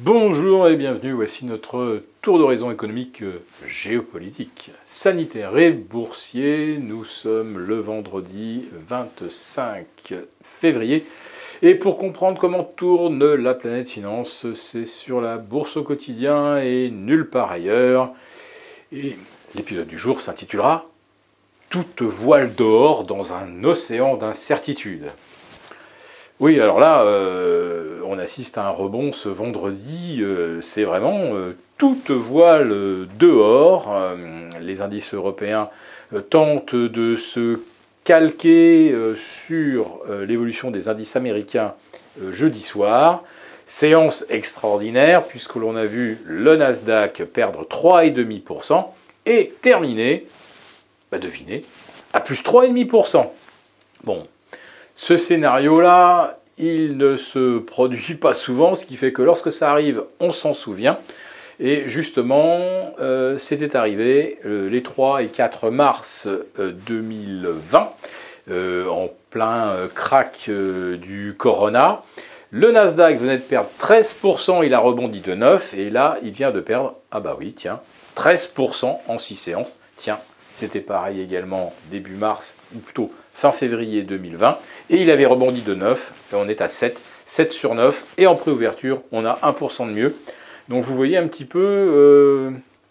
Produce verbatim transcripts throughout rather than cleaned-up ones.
Bonjour et bienvenue, voici notre tour d'horizon économique, géopolitique, sanitaire et boursier. Nous sommes le vendredi vingt-cinq février. Et pour comprendre comment tourne la planète finance, c'est sur la bourse au quotidien et nulle part ailleurs. Et l'épisode du jour s'intitulera « Toute voile dehors dans un océan d'incertitude ». Oui, alors là, euh, on assiste à un rebond ce vendredi, euh, c'est vraiment euh, toute voile dehors. Euh, les indices européens euh, tentent de se calquer euh, sur euh, l'évolution des indices américains euh, jeudi soir. Séance extraordinaire, puisque l'on a vu le Nasdaq perdre trois virgule cinq pour cent et terminer, bah devinez, à plus trois virgule cinq pour cent. Bon. Ce scénario-là, il ne se produit pas souvent, ce qui fait que lorsque ça arrive, on s'en souvient. Et justement, euh, c'était arrivé euh, les trois et quatre mars euh, deux mille vingt, euh, en plein euh, crack euh, du Corona. Le Nasdaq venait de perdre treize pour cent, il a rebondi de neuf, et là, il vient de perdre, ah bah oui, tiens, treize pour cent en six séances. Tiens, c'était pareil également début mars, ou plutôt fin février deux mille vingt, et il avait rebondi de neuf, et on est à sept, sept sur neuf, et en préouverture, on a un pour cent de mieux. Donc vous voyez un petit peu euh,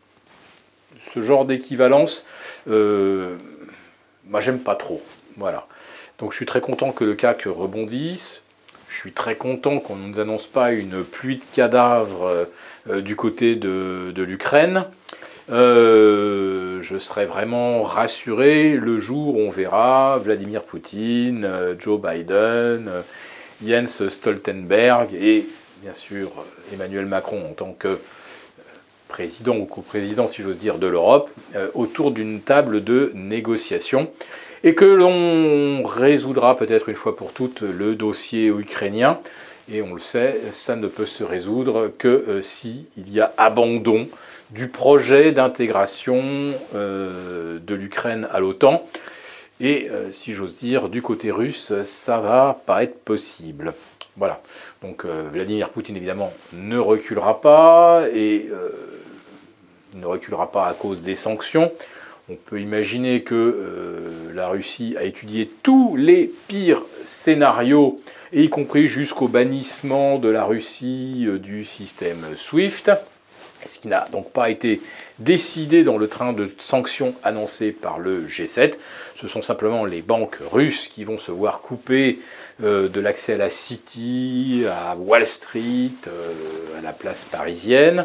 ce genre d'équivalence, euh, moi j'aime pas trop, voilà. Donc je suis très content que le C A C rebondisse, je suis très content qu'on ne nous annonce pas une pluie de cadavres euh, du côté de, de l'Ukraine. Euh, je serai vraiment rassuré le jour où on verra Vladimir Poutine, euh, Joe Biden, euh, Jens Stoltenberg et bien sûr Emmanuel Macron en tant que euh, président ou coprésident, si j'ose dire, de l'Europe, euh, autour d'une table de négociation et que l'on résoudra peut-être une fois pour toutes le dossier ukrainien. Et on le sait, ça ne peut se résoudre que euh, si il y a abandon du projet d'intégration euh, de l'Ukraine à l'OTAN. Et euh, si j'ose dire, du côté russe, ça va pas être possible. Voilà. Donc euh, Vladimir Poutine, évidemment, ne reculera pas, et euh, ne reculera pas à cause des sanctions. On peut imaginer que euh, la Russie a étudié tous les pires scénarios, et y compris jusqu'au bannissement de la Russie euh, du système SWIFT. Ce qui n'a donc pas été décidé dans le train de sanctions annoncé par le G sept. Ce sont simplement les banques russes qui vont se voir couper euh, de l'accès à la City, à Wall Street, euh, à la place parisienne.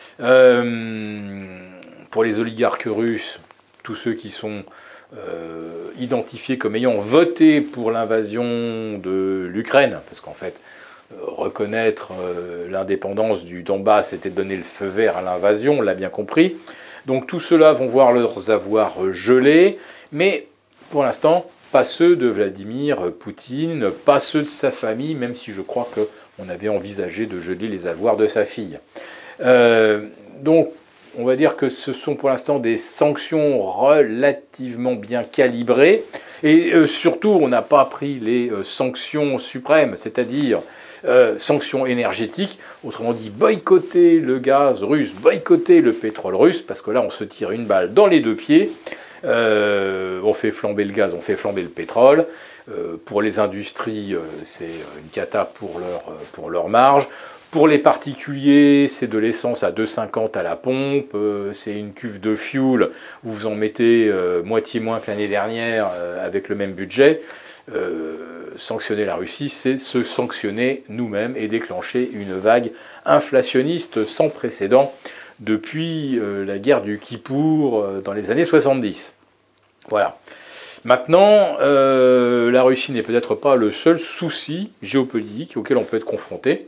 Euh, pour les oligarques russes, tous ceux qui sont euh, identifiés comme ayant voté pour l'invasion de l'Ukraine, parce qu'en fait, reconnaître euh, l'indépendance du Donbass, c'était donner le feu vert à l'invasion, on l'a bien compris. Donc tous ceux-là vont voir leurs avoirs gelés, mais pour l'instant, pas ceux de Vladimir Poutine, pas ceux de sa famille, même si je crois qu'on avait envisagé de geler les avoirs de sa fille. Euh, donc, on va dire que ce sont pour l'instant des sanctions relativement bien calibrées, et euh, surtout, on n'a pas pris les euh, sanctions suprêmes, c'est-à-dire Euh, sanctions énergétiques, autrement dit boycotter le gaz russe, boycotter le pétrole russe, parce que là on se tire une balle dans les deux pieds, euh, on fait flamber le gaz, on fait flamber le pétrole, euh, pour les industries euh, c'est une cata pour leur, pour leur marge, pour les particuliers c'est de l'essence à deux euros cinquante à la pompe, euh, c'est une cuve de fuel où vous en mettez euh, moitié moins que l'année dernière euh, avec le même budget. Euh, sanctionner la Russie, c'est se sanctionner nous-mêmes et déclencher une vague inflationniste sans précédent depuis euh, la guerre du Kippour euh, dans les années soixante-dix. Voilà. Maintenant, euh, la Russie n'est peut-être pas le seul souci géopolitique auquel on peut être confronté.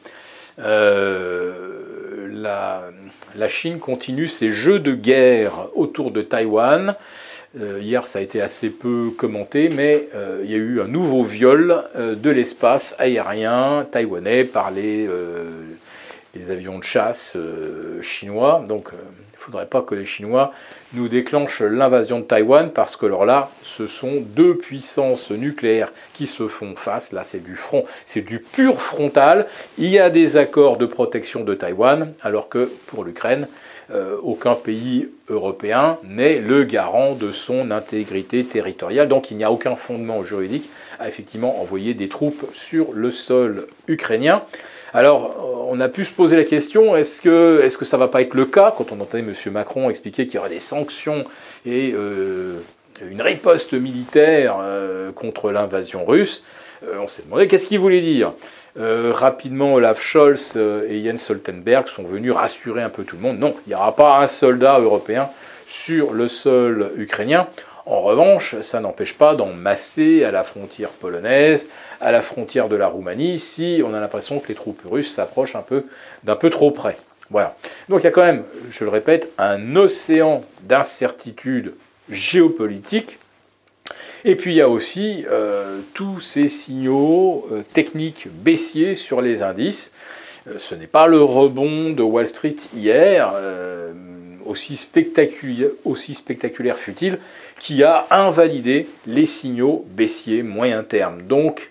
Euh, la, la Chine continue ses jeux de guerre autour de Taïwan. Euh, hier, ça a été assez peu commenté, mais euh, il y a eu un nouveau viol euh, de l'espace aérien taïwanais par les, euh, les des avions de chasse euh, chinois. Donc euh, il ne faudrait pas que les Chinois nous déclenchent l'invasion de Taïwan, parce que alors là, ce sont deux puissances nucléaires qui se font face. Là, c'est du front, c'est du pur frontal. Il y a des accords de protection de Taïwan, alors que pour l'Ukraine, euh, aucun pays européen n'est le garant de son intégrité territoriale. Donc il n'y a aucun fondement juridique à effectivement envoyer des troupes sur le sol ukrainien. Alors, on a pu se poser la question, est-ce que, est-ce que ça ne va pas être le cas, quand on entendait M. Macron expliquer qu'il y aura des sanctions et euh, une riposte militaire euh, contre l'invasion russe. euh, On s'est demandé qu'est-ce qu'il voulait dire. Euh, rapidement, Olaf Scholz et Jens Stoltenberg sont venus rassurer un peu tout le monde. Non, il n'y aura pas un soldat européen sur le sol ukrainien. En revanche, ça n'empêche pas d'en masser à la frontière polonaise, à la frontière de la Roumanie, si on a l'impression que les troupes russes s'approchent un peu d'un peu trop près. Voilà. Donc il y a quand même, je le répète, un océan d'incertitudes géopolitiques. Et puis il y a aussi euh, tous ces signaux euh, techniques baissiers sur les indices. Euh, ce n'est pas le rebond de Wall Street hier, euh, aussi spectaculaire, aussi spectaculaire fut-il, qui a invalidé les signaux baissiers moyen terme. Donc,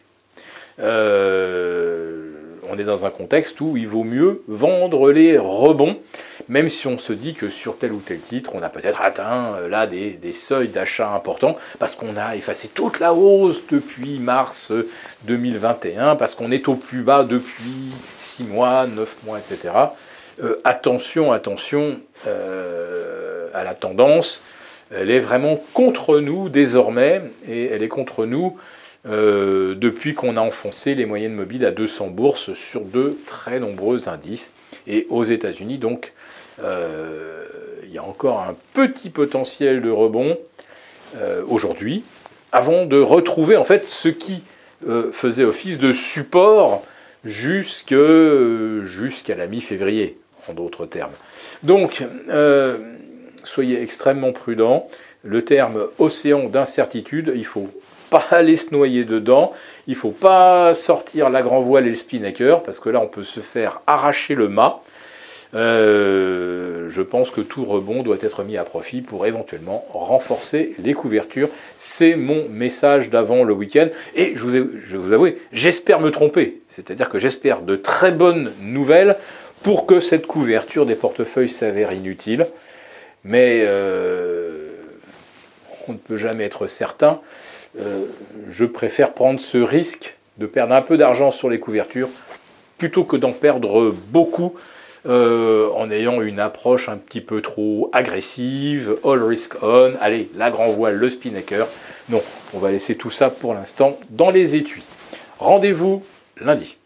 euh, on est dans un contexte où il vaut mieux vendre les rebonds, même si on se dit que sur tel ou tel titre, on a peut-être atteint euh, là des, des seuils d'achat importants, parce qu'on a effacé toute la hausse depuis mars deux mille vingt et un, parce qu'on est au plus bas depuis six mois, neuf mois, et cetera. Euh, attention, attention euh, à la tendance. Elle est vraiment contre nous désormais, et elle est contre nous euh, depuis qu'on a enfoncé les moyennes mobiles à deux cents bourses sur de très nombreux indices. Et aux États-Unis, donc, euh, il y a encore un petit potentiel de rebond euh, aujourd'hui, avant de retrouver en fait ce qui euh, faisait office de support jusque, euh, jusqu'à la mi-février, en d'autres termes. Donc, euh, soyez extrêmement prudents. Le terme océan d'incertitude, il ne faut pas aller se noyer dedans. Il ne faut pas sortir la grand voile et le spinnaker, parce que là, on peut se faire arracher le mât. Euh, je pense que tout rebond doit être mis à profit pour éventuellement renforcer les couvertures. C'est mon message d'avant le week-end. Et je, vous ai, je vais vous avouer, j'espère me tromper. C'est-à-dire que j'espère de très bonnes nouvelles pour que cette couverture des portefeuilles s'avère inutile. Mais euh, on ne peut jamais être certain. Euh, je préfère prendre ce risque de perdre un peu d'argent sur les couvertures plutôt que d'en perdre beaucoup euh, en ayant une approche un petit peu trop agressive, all risk on, allez, la grand voile, le spinnaker. Non, on va laisser tout ça pour l'instant dans les étuis. Rendez-vous lundi.